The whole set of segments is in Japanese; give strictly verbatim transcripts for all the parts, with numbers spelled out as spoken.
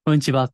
こんにちは。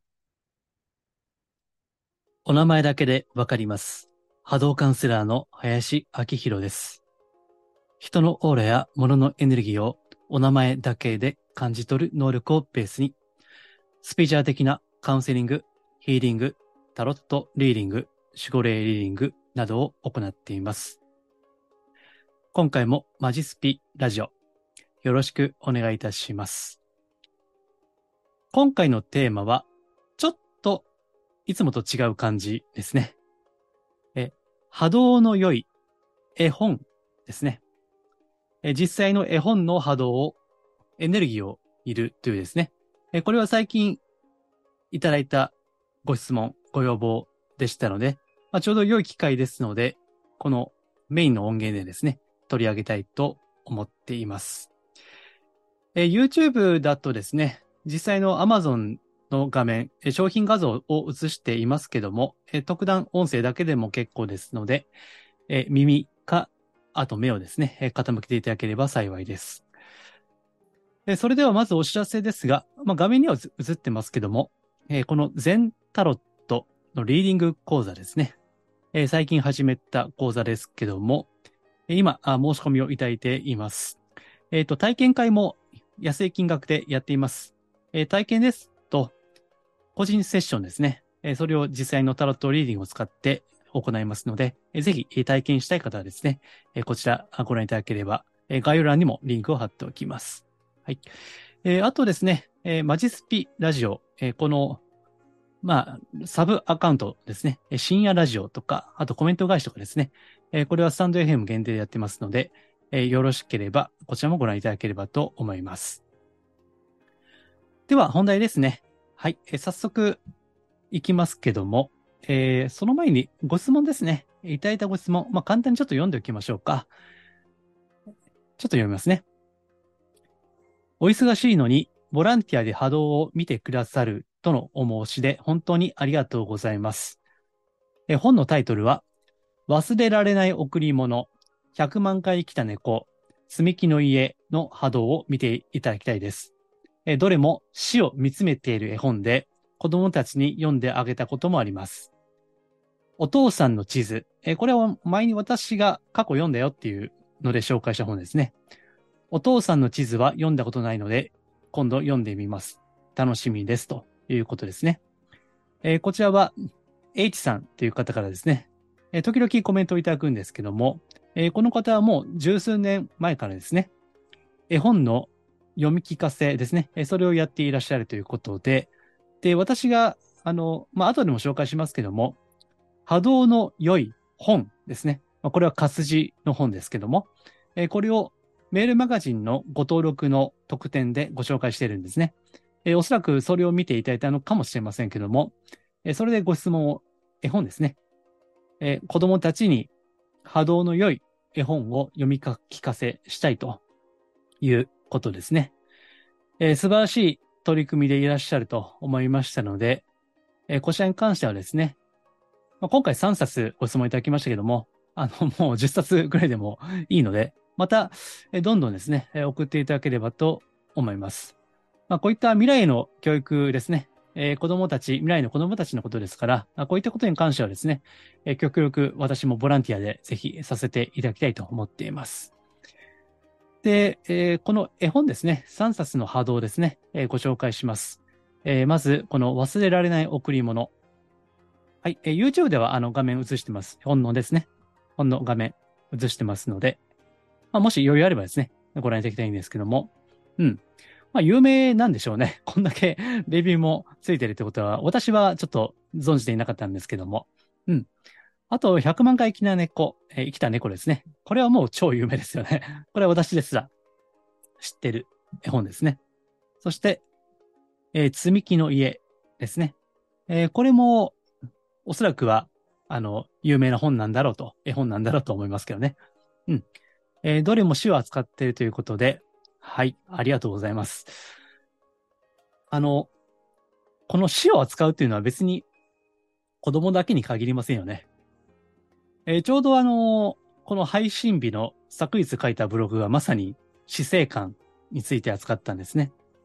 お名前だけでわかります。波動カウンセラーの林明宏です。人のオーラや物のエネルギーをお名前だけで感じ取る能力をベースに、スピーチャー的なカウンセリング、ヒーリング、タロットリーディング、守護霊リーディングなどを行っています。今回もマジスピラジオ、よろしくお願いいたします。今回のテーマは、ちょっといつもと違う感じですね。え、波動の良い絵本ですね。え、実際の絵本の波動を、エネルギーをいるというですね。え、これは最近いただいたご質問、ご要望でしたので、まあ、ちょうど良い機会ですので、このメインの音源でですね、取り上げたいと思っています。え、YouTube だとですね、実際の Amazon の画面、え商品画像を映していますけども、え特段音声だけでも結構ですので、え耳か、あと目をですね、え傾けていただければ幸いです。えそれではまずお知らせですが、まあ、画面には映ってますけども、えこの全タロットのリーディング講座ですね。え最近始めた講座ですけども、今、あ申し込みをいただいています。えっと、体験会も安い金額でやっています。えー体験ですと、個人セッションですね。えーそれを実際のタロットリーディングを使って行いますので、えーぜひえー体験したい方はですね、えーこちらご覧いただければ、えー概要欄にもリンクを貼っておきます。はい。えーあとですね、えーマジスピラジオ、えーこの、まあ、サブアカウントですね、えー深夜ラジオとか、あとコメント返しとかですね、えーこれはスタンド エフエム 限定でやってますので、えーよろしければ、こちらもご覧いただければと思います。では、本題ですね。はい。えー早速、いきますけども、えーその前にご質問ですね。いただいたご質問、まあ、簡単にちょっと読んでおきましょうか。ちょっと読みますね。お忙しいのに、ボランティアで波動を見てくださるとのお申しで、本当にありがとうございます。え本のタイトルは、忘れられない贈り物、ひゃくまん回来た猫、積み木の家の波動を見ていただきたいです。えどれも死を見つめている絵本で、子供たちに読んであげたこともあります。お父さんの地図。えこれは前に私が過去読んだよっていうので紹介した本ですね。お父さんの地図は読んだことないので、今度読んでみます。楽しみですということですね。えーこちらは H さんという方からですね、えー時々コメントをいただくんですけども、えーこの方はもう十数年前からですね、絵本の読み聞かせですね、えーそれをやっていらっしゃるということで、で、私が、あの、まあ、後でも紹介しますけども、波動の良い本ですね。まあこれは活字の本ですけども、えーこれをメールマガジンのご登録の特典でご紹介しているんですね。えーおそらくそれを見ていただいたのかもしれませんけども、えーそれでご質問を、絵本ですね。えー子供たちに波動の良い絵本を読み聞かせしたいということですね。えー素晴らしい取り組みでいらっしゃると思いましたので、えーこちらに関してはですね、まあ、今回さんさつご質問いただきましたけども、あの、もうじゅっさつぐらいでもいいので、また、えどんどんですね、え送っていただければと思います。まあ、こういった未来への教育ですね、えー子供たち、未来の子供たちのことですから、まあこういったことに関してはですね、えー極力私もボランティアでぜひさせていただきたいと思っています。で、えーこの絵本ですね、さんさつの波動ですね、えーご紹介します。えーまず、この忘れられない贈り物。はい、えー YouTube ではあの画面映してます。本のですね。本の画面映してますので、まあ、もし余裕あればですね、ご覧いただきたいんですけども、うん。まあ、有名なんでしょうね。こんだけレビューもついてるってことは、私はちょっと存じていなかったんですけども、うん。あと、ひゃくまん回生きた猫、えー生きた猫ですね。これはもう超有名ですよね。これは私ですら知ってる絵本ですね。そして、えー積み木の家ですね。えーこれもおそらくは、あの、有名な本なんだろうと、絵本なんだろうと思いますけどね。うん。えーどれも死を扱っているということで、はい、ありがとうございます。あの、この死を扱うっていうのは別に子供だけに限りませんよね。えーちょうどあの、この配信日の昨日書いたブログがまさに死生観について扱ったんですね。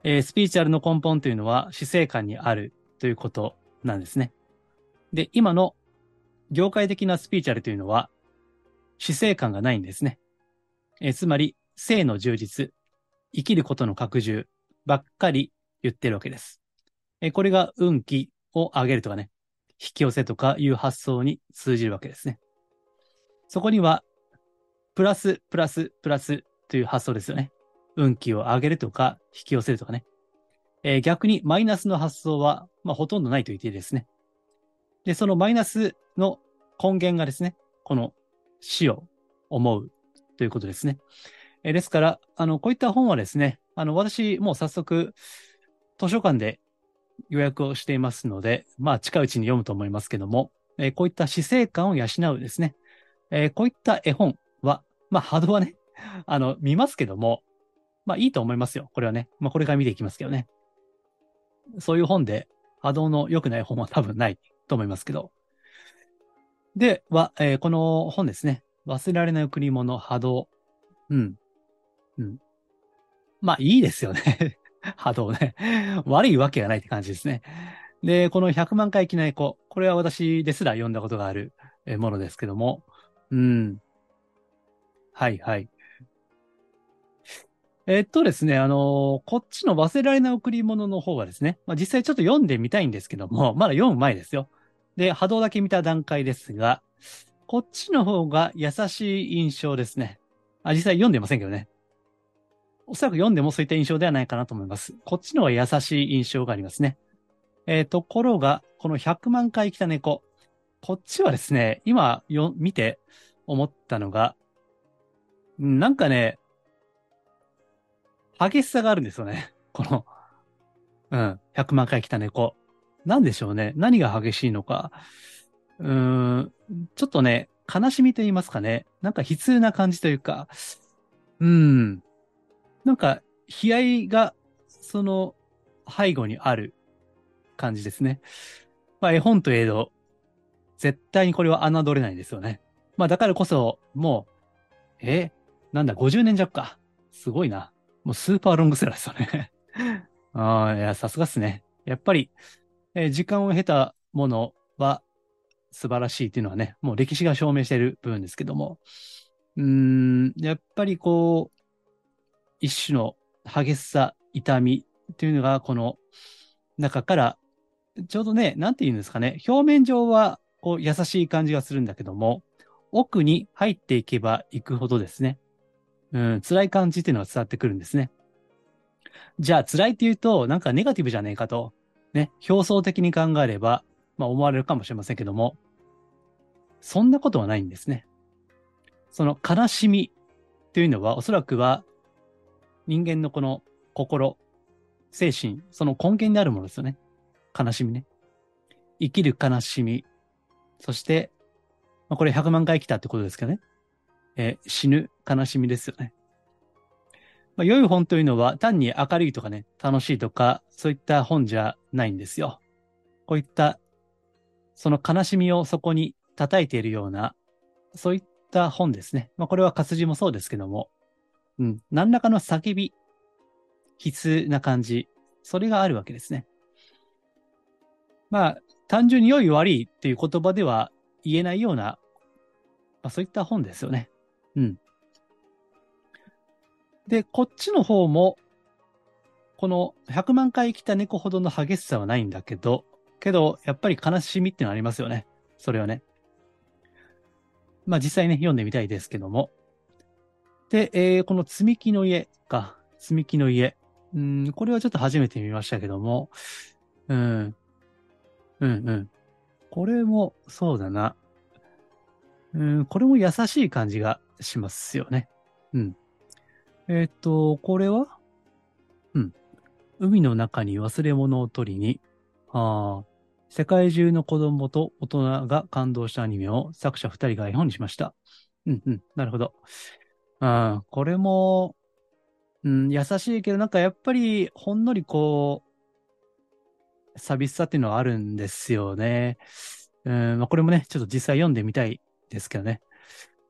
えースピリチュアルの根本というのは死生観にあるということなんですね。で、今の業界的なスピリチュアルというのは死生観がないんですね。えーつまり、生の充実、生きることの拡充ばっかり言ってるわけです。えーこれが運気を上げるとかね、引き寄せとかいう発想に通じるわけですね。そこには、プラス、プラス、プラスという発想ですよね。運気を上げるとか、引き寄せるとかね。えー逆にマイナスの発想は、まあ、ほとんどないと言っていいですね。で、そのマイナスの根源がですね、この死を思うということですね。えーですから、あの、こういった本はですね、あの、私、もう早速、図書館で予約をしていますので、まあ、近いうちに読むと思いますけども、えーこういった死生観を養うですね、えーこういった絵本は、まあ、波動はね、あの、見ますけども、まあ、いいと思いますよ。これはね。まあ、これから見ていきますけどね。そういう本で、波動の良くない本は多分ないと思いますけど。で、は、えーこの本ですね。忘れられない贈り物、波動。うん。うん。まあ、いいですよね。波動ね。悪いわけがないって感じですね。で、このひゃくまん回記念子。これは私ですら読んだことがあるえーものですけども。うん。はいはい。えっとですね、あのーこっちの忘れられない贈り物の方はですね、まあ、実際ちょっと読んでみたいんですけども、まだ読む前ですよ。で、波動だけ見た段階ですが、こっちの方が優しい印象ですね。あ、実際読んでませんけどね。おそらく読んでもそういった印象ではないかなと思います。こっちの方が優しい印象がありますね。えーところが、このひゃくまん回来た猫。こっちはですね、今よ、見て思ったのが、うんなんかね、激しさがあるんですよね。この、うん、ひゃくまん回来た猫。なんでしょうね。何が激しいのか。うーん、ちょっとね、悲しみと言いますかね。なんか悲痛な感じというか、うん、なんか悲哀が、その背後にある感じですね。まあ絵本といえど、絶対にこれは侮れないんですよね。まあだからこそ、もう、え、なんだ、ごじゅうねん弱か。すごいな。もうスーパーロングセラーですよね。ああ、いや、さすがっすね。やっぱり、えー時間を経たものは素晴らしいっていうのはね、もう歴史が証明している部分ですけども、うーん、やっぱりこう、一種の激しさ、痛みっていうのがこの中から、ちょうどね、なんて言うんですかね、表面上はこう優しい感じがするんだけども、奥に入っていけばいくほどですね、うん、辛い感じっていうのが伝わってくるんですね。じゃあ辛いっていうと、なんかネガティブじゃねえかと、ね、表層的に考えれば、まあ思われるかもしれませんけども、そんなことはないんですね。その悲しみというのは、おそらくは人間のこの心、精神、その根源にあるものですよね。悲しみね。生きる悲しみ。そして、まあ、これひゃくまん回来たってことですけどね。えー死ぬ悲しみですよね。まあ、良い本というのは単に明るいとかね、楽しいとか、そういった本じゃないんですよ。こういった、その悲しみをそこに叩いているような、そういった本ですね。まあ、これは活字もそうですけども、うん、何らかの叫び、悲痛な感じ、それがあるわけですね。まあ、単純に良い悪いっていう言葉では言えないような、まあ、そういった本ですよね。うん。で、こっちの方も、このひゃくまん回来た猫ほどの激しさはないんだけど、けど、やっぱり悲しみっていうのはありますよね。それはね。まあ実際ね、読んでみたいですけども。で、えーこの積み木の家か。積み木の家。うん、これはちょっと初めて見ましたけども。うん、うん、うん。これも、そうだな。うん、これも優しい感じがしますよね。うん。えっと、これはうん。海の中に忘れ物を取りに、ああ、世界中の子供と大人が感動したアニメを作者二人が絵本にしました。うんうん、なるほど。ああ、これも、うん、優しいけど、なんかやっぱりほんのりこう、寂しさっていうのはあるんですよね。うん、まあ、これもね、ちょっと実際読んでみたいですけどね。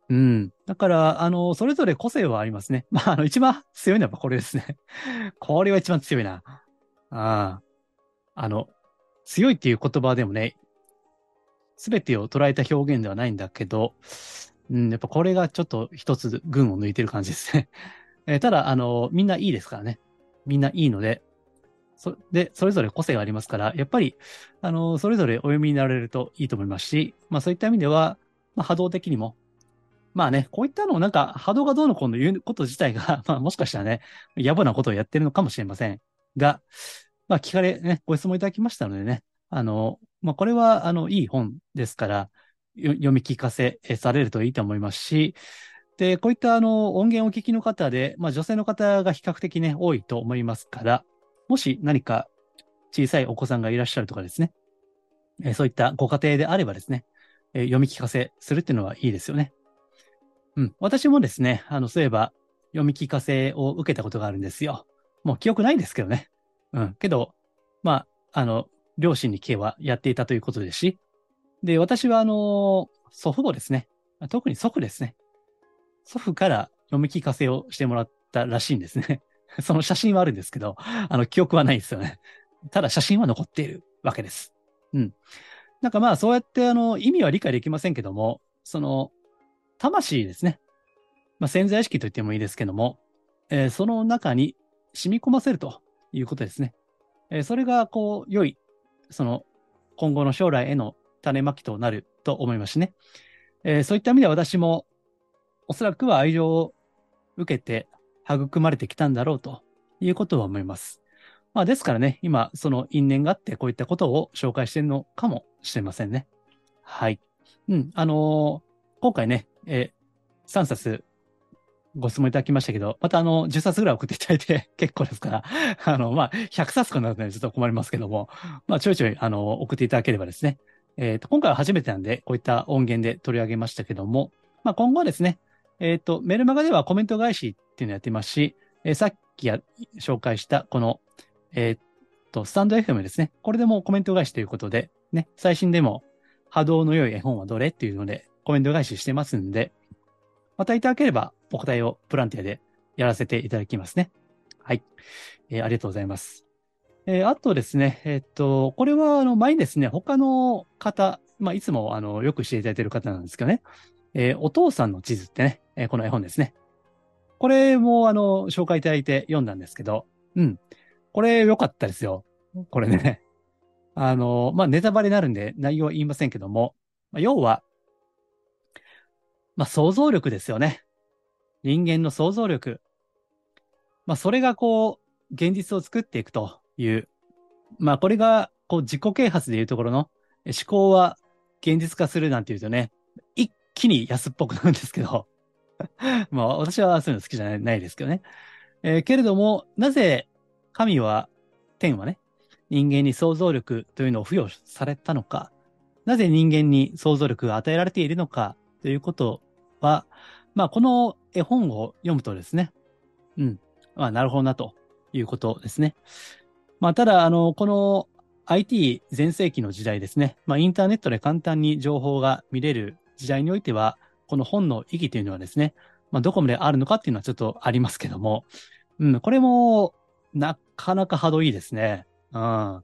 うん。だから、あの、それぞれ個性はありますね。まあ、あの、一番強いのはやっぱこれですね。これは一番強いな。ああ。あの、強いっていう言葉でもね、すべてを捉えた表現ではないんだけど、うん、やっぱこれがちょっと一つ群を抜いてる感じですね。えーただ、あの、みんないいですからね。みんないいので、そ、で、それぞれ個性がありますから、やっぱり、あの、それぞれお読みになられるといいと思いますし、まあそういった意味では、まあ波動的にも、まあね、こういったのをなんか波動がどうのこうの言うこと自体が、まあもしかしたらね、野暮なことをやってるのかもしれませんが、まあ聞かれ、ね、ご質問いただきましたのでね、あの、まあこれは、あの、いい本ですから、よ読み聞かせえされるといいと思いますし、で、こういったあの音源をお聞きの方で、まあ女性の方が比較的ね、多いと思いますから、もし何か小さいお子さんがいらっしゃるとかですね、えーそういったご家庭であればですね、えー読み聞かせするっていうのはいいですよね。うん。私もですね、あの、そういえば読み聞かせを受けたことがあるんですよ。もう記憶ないんですけどね。うん。けど、まあ、あの、両親に聞けばやっていたということですし、で、私はあの、祖父母ですね。特に祖父ですね。祖父から読み聞かせをしてもらったらしいんですね。その写真はあるんですけど、あの、記憶はないですよね。ただ写真は残っているわけです。うん。なんかまあ、そうやってあの、意味は理解できませんけども、その、魂ですね。まあ、潜在意識と言ってもいいですけども、えーその中に染み込ませるということですね。えーそれが、こう、良い、その、今後の将来への種まきとなると思いますしね。えーそういった意味では私も、おそらくは愛情を受けて育まれてきたんだろうということは思います。まあ、ですからね、今、その因縁があって、こういったことを紹介しているのかもしれませんね。はい。うん、あのー今回ね、えー、さんさつご質問いただきましたけど、またあの、じゅっさつぐらい送っていただいて結構ですから、あの、まあ、ひゃくさつかなのでちょっと困りますけども、まあ、ちょいちょい、あの、送っていただければですね。えっと、今回は初めてなんで、こういった音源で取り上げましたけども、まあ、今後はですね、えっと、メルマガではコメント返しっていうのをやってますし、えーさっきや紹介したこの、えっと、スタンド エフエム ですね。これでもコメント返しということで、ね、最新でも波動の良い絵本はどれっていうのでコメント返ししてますんで、またいただければお答えをボランティアでやらせていただきますね。はい。えーありがとうございます。えーあとですね、えーっと、これは、あの、前にですね、他の方、まあ、いつも、あの、よくしていただいている方なんですけどね、えーお父さんの地図ってね、えーこの絵本ですね。これも、あの、紹介いただいて読んだんですけど、うん。これ良かったですよ。これね。あの、まあ、ネタバレになるんで内容は言いませんけども、まあ、要は、まあ、想像力ですよね。人間の想像力。まあ、それがこう、現実を作っていくという、まあ、これが、こう、自己啓発でいうところの、え思考は現実化するなんていうとね、一気に安っぽくなるんですけど、まあ、私はそういうの好きじゃない、ないですけどね。えーけれども、なぜ神は、天はね、人間に想像力というのを付与されたのか、なぜ人間に想像力が与えられているのかということは、まあ、この絵本を読むとですね、うん。まあ、なるほどな、ということですね。まあ、ただ、あの、この アイティー 全盛期の時代ですね。まあ、インターネットで簡単に情報が見れる時代においては、この本の意義というのはですね、まあ、どこまであるのかっていうのはちょっとありますけども、うん、これも、なかなか波動いいですね。うん。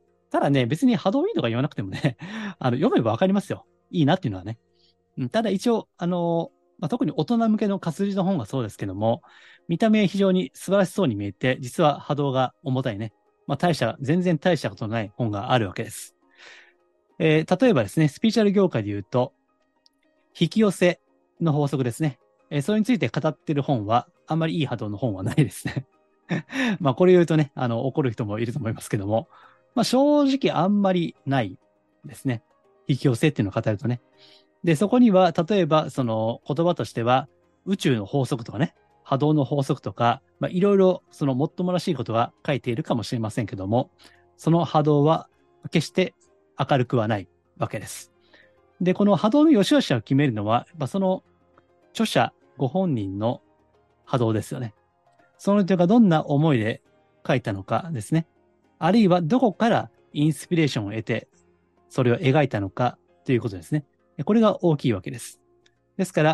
ただね、別に波動いいとか言わなくてもね、あの、読めばわかりますよ。いいなっていうのはね。うん、ただ一応、あの、まあ、特に大人向けの活字の本がそうですけども、見た目非常に素晴らしそうに見えて、実は波動が重たいね。まあ、大した、全然大したことのない本があるわけです。えー例えばですね、スピーチャル業界で言うと、引き寄せの法則ですね。えーそれについて語っている本は、あんまりいい波動の本はないですね。まあ、これ言うとね、あの、怒る人もいると思いますけども、まあ、正直あんまりないですね。引き寄せっていうのを語るとね。で、そこには、例えば、その言葉としては、宇宙の法則とかね、波動の法則とか、まあ、いろいろ、そのもっともらしいことが書いているかもしれませんけども、その波動は決して明るくはないわけです。で、この波動の良し悪しを決めるのは、まあ、その著者ご本人の波動ですよね。その人がどんな思いで書いたのかですね。あるいはどこからインスピレーションを得て、それを描いたのかということですね。これが大きいわけです。ですから、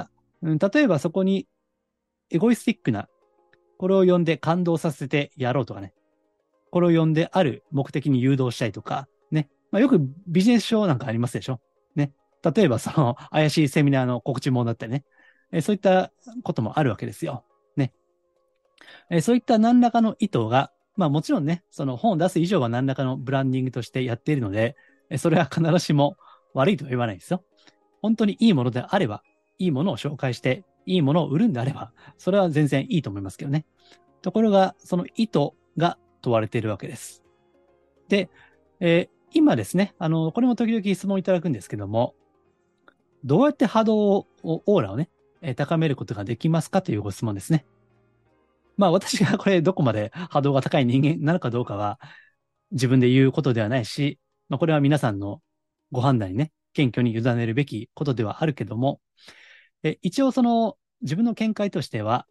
うん、例えばそこにエゴイスティックな、これを読んで感動させてやろうとかね。これを読んである目的に誘導したいとか、ね。まあ、よくビジネス書なんかありますでしょ。ね。例えばその怪しいセミナーの告知文だったりね。えそういったこともあるわけですよ。ね。えそういった何らかの意図が、まあもちろんね、その本を出す以上は何らかのブランディングとしてやっているので、えそれは必ずしも悪いとは言わないですよ。本当にいいものであれば、いいものを紹介して、いいものを売るんであれば、それは全然いいと思いますけどね。ところが、その意図が問われているわけです。で、えー今ですね、あの、これも時々質問いただくんですけども、どうやって波動を、オーラをね、えー高めることができますかというご質問ですね。まあ私がこれどこまで波動が高い人間なのかどうかは自分で言うことではないし、まあこれは皆さんのご判断にね、謙虚に委ねるべきことではあるけども、え一応その自分の見解としては、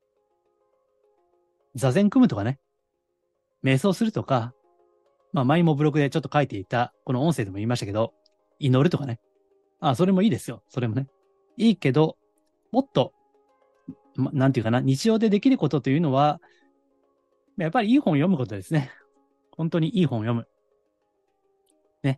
座禅組むとかね、瞑想するとか、まあ前もブログでちょっと書いていた、この音声でも言いましたけど、祈るとかね。あ、それもいいですよ。それもね。いいけど、もっと、ま、なんていうかな、日常でできることというのは、やっぱりいい本を読むことですね。本当にいい本を読む。ね。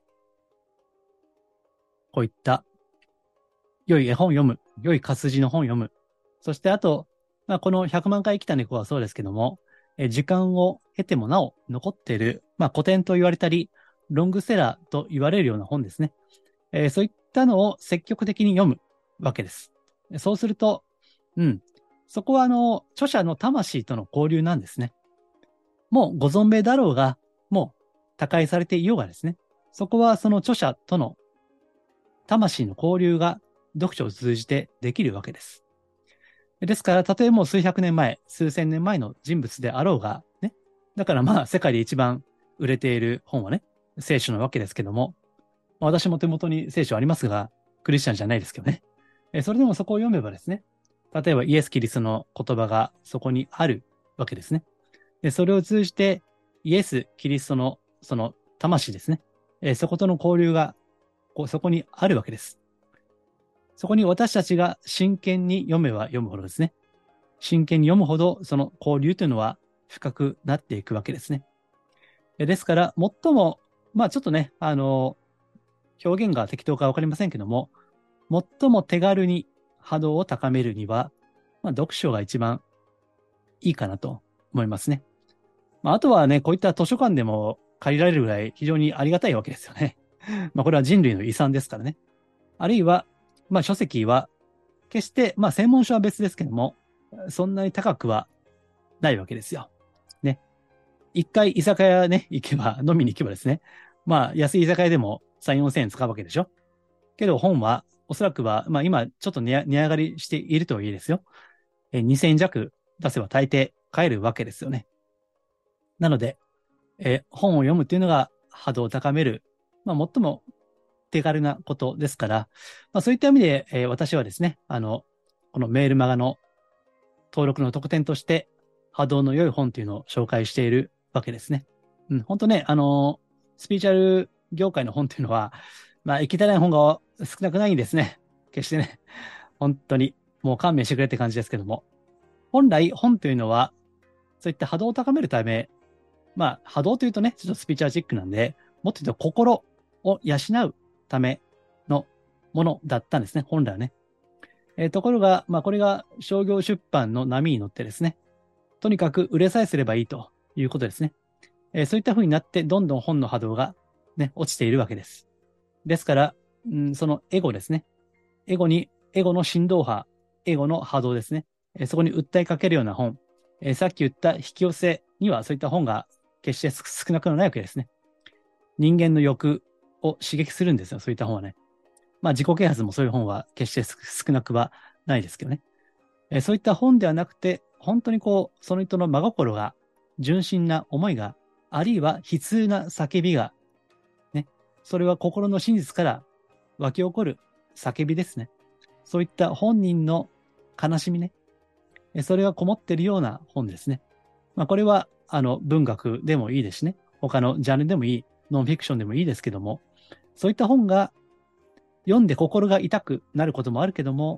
こういった良い絵本を読む。良い活字の本を読む。そしてあと、まあ、このひゃくまん回来た猫はそうですけども、え時間を経てもなお残っている、まあ、古典と言われたり、ロングセラーと言われるような本ですね。えーそういったのを積極的に読むわけです。そうすると、うん。そこはあの、著者の魂との交流なんですね。もうご存命だろうが、もう他界されていようがですね。そこはその著者との魂の交流が読書を通じてできるわけです。ですから、たとえもう数百年前、数千年前の人物であろうが、ね。だからまあ、世界で一番売れている本はね、聖書なわけですけども、私も手元に聖書ありますが、クリスチャンじゃないですけどね。それでもそこを読めばですね、例えばイエス・キリストの言葉がそこにあるわけですね。でそれを通じて、イエス・キリストのその魂ですね、そことの交流がそこにあるわけです。そこに私たちが真剣に読めば読むほどですね、真剣に読むほどその交流というのは深くなっていくわけですね。ですから、最も、まあちょっとね、あの、表現が適当かわかりませんけども、最も手軽に波動を高めるには、まあ、読書が一番いいかなと思いますね。まあ、あとはね、こういった図書館でも借りられるぐらい非常にありがたいわけですよね。まあ、これは人類の遺産ですからね。あるいは、まあ、書籍は、決して、まあ、専門書は別ですけども、そんなに高くはないわけですよ。ね。一回居酒屋ね、行けば、飲みに行けばですね。まあ、安い居酒屋でもさん、よんせんえん使うわけでしょ。けど本は、おそらくは、まあ今、ちょっと値上がりしているとはいえですよ。えにせんえん弱出せば大抵買えるわけですよね。なので、え本を読むっていうのが波動を高める、まあ最も手軽なことですから、まあそういった意味で、え私はですね、あの、このメールマガの登録の特典として、波動の良い本っていうのを紹介しているわけですね。うん、本当ね、あの、スピーチャル業界の本っていうのは、まあ、生きたない本が少なくないんですね。決してね、本当に、もう勘弁してくれって感じですけども。本来、本というのは、そういった波動を高めるため、まあ、波動というとね、ちょっとスピーチャーチックなんで、もっと言うと心を養うためのものだったんですね、本来はね。えーところが、まあ、これが商業出版の波に乗ってですね、とにかく売れさえすればいいということですね。えーそういった風になって、どんどん本の波動がね、落ちているわけです。ですから、うん、そのエゴですね。エゴに、エゴの振動波、エゴの波動ですね。えーそこに訴えかけるような本、えーさっき言った引き寄せにはそういった本が決して少なくないわけですね。人間の欲を刺激するんですよ、そういった本はね。まあ自己啓発もそういう本は決して少なくはないですけどね。えーそういった本ではなくて、本当にこう、その人の真心が、純真な思いが、あるいは悲痛な叫びが、ね、それは心の真実から湧き起こる叫びですね。そういった本人の悲しみね、それがこもっているような本ですね。まあ、これは、あの、文学でもいいですしね。他のジャンルでもいい、ノンフィクションでもいいですけども、そういった本が読んで心が痛くなることもあるけども、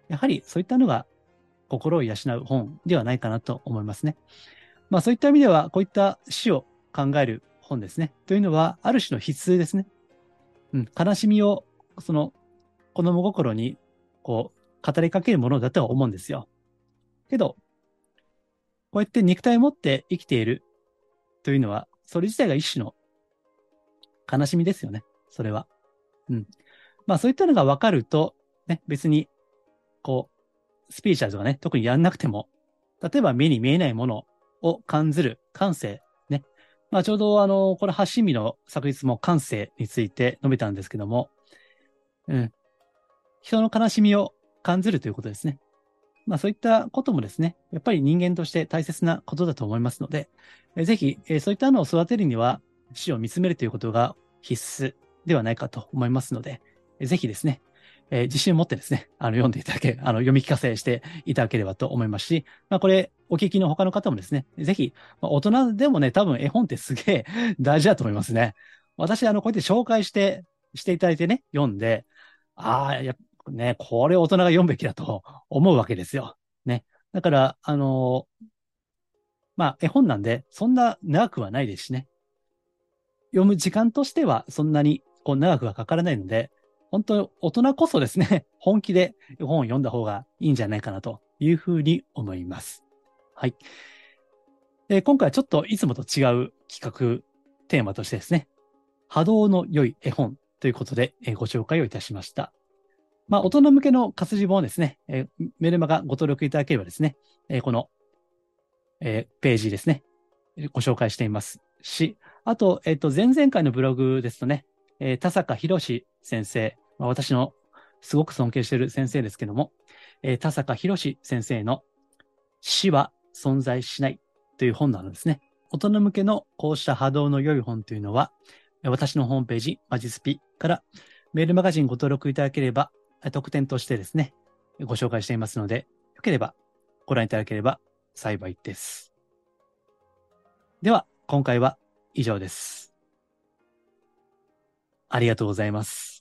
やはりそういったのが心を養う本ではないかなと思いますね。まあそういった意味では、こういった死を考える本ですね。というのは、ある種の必須ですね。うん、悲しみを、その、子供心に、こう、語りかけるものだとは思うんですよ。けど、こうやって肉体を持って生きているというのは、それ自体が一種の悲しみですよね。それは。うん。まあそういったのが分かると、ね、別に、こう、スピーチャーズがね、特にやんなくても、例えば目に見えないものを感ずる感性、ね。まあちょうどあの、これ発信日の昨日も感性について述べたんですけども、うん。人の悲しみを感ずるということですね。まあそういったこともですね、やっぱり人間として大切なことだと思いますので、えぜひ、えそういったのを育てるには死を見つめるということが必須ではないかと思いますので、えぜひですね、えー自信を持ってですね、あの読んでいただけ、あの読み聞かせしていただければと思いますし、まあこれお聞きの他の方もですね、ぜひ、まあ、大人でもね、多分絵本ってすげえ大事だと思いますね。私、あの、こうやって紹介して、していただいてね、読んで、ああ、やっね、これ大人が読むべきだと思うわけですよ。ね。だから、あのまあ、絵本なんで、そんな長くはないですしね。読む時間としては、そんなにこう長くはかからないので、本当大人こそですね、本気で絵本を読んだ方がいいんじゃないかなというふうに思います。はい。で、今回はちょっといつもと違う企画、テーマとしてですね、波動の良い絵本ということで、えーご紹介をいたしました。まあ、大人向けの活字本をですね、えーメルマガご登録いただければですね、えーこの、えーページですね、ご紹介していますし、あと、えっと、前々回のブログですとね、えー田坂博先生、まあ、私のすごく尊敬している先生ですけども、えー田坂博先生の死は存在しないという本なのですね。大人向けのこうした波動の良い本というのは、私のホームページ、マジスピからメールマガジンご登録いただければ、特典としてですね、ご紹介していますので、よければご覧いただければ幸いです。では、今回は以上です。ありがとうございます。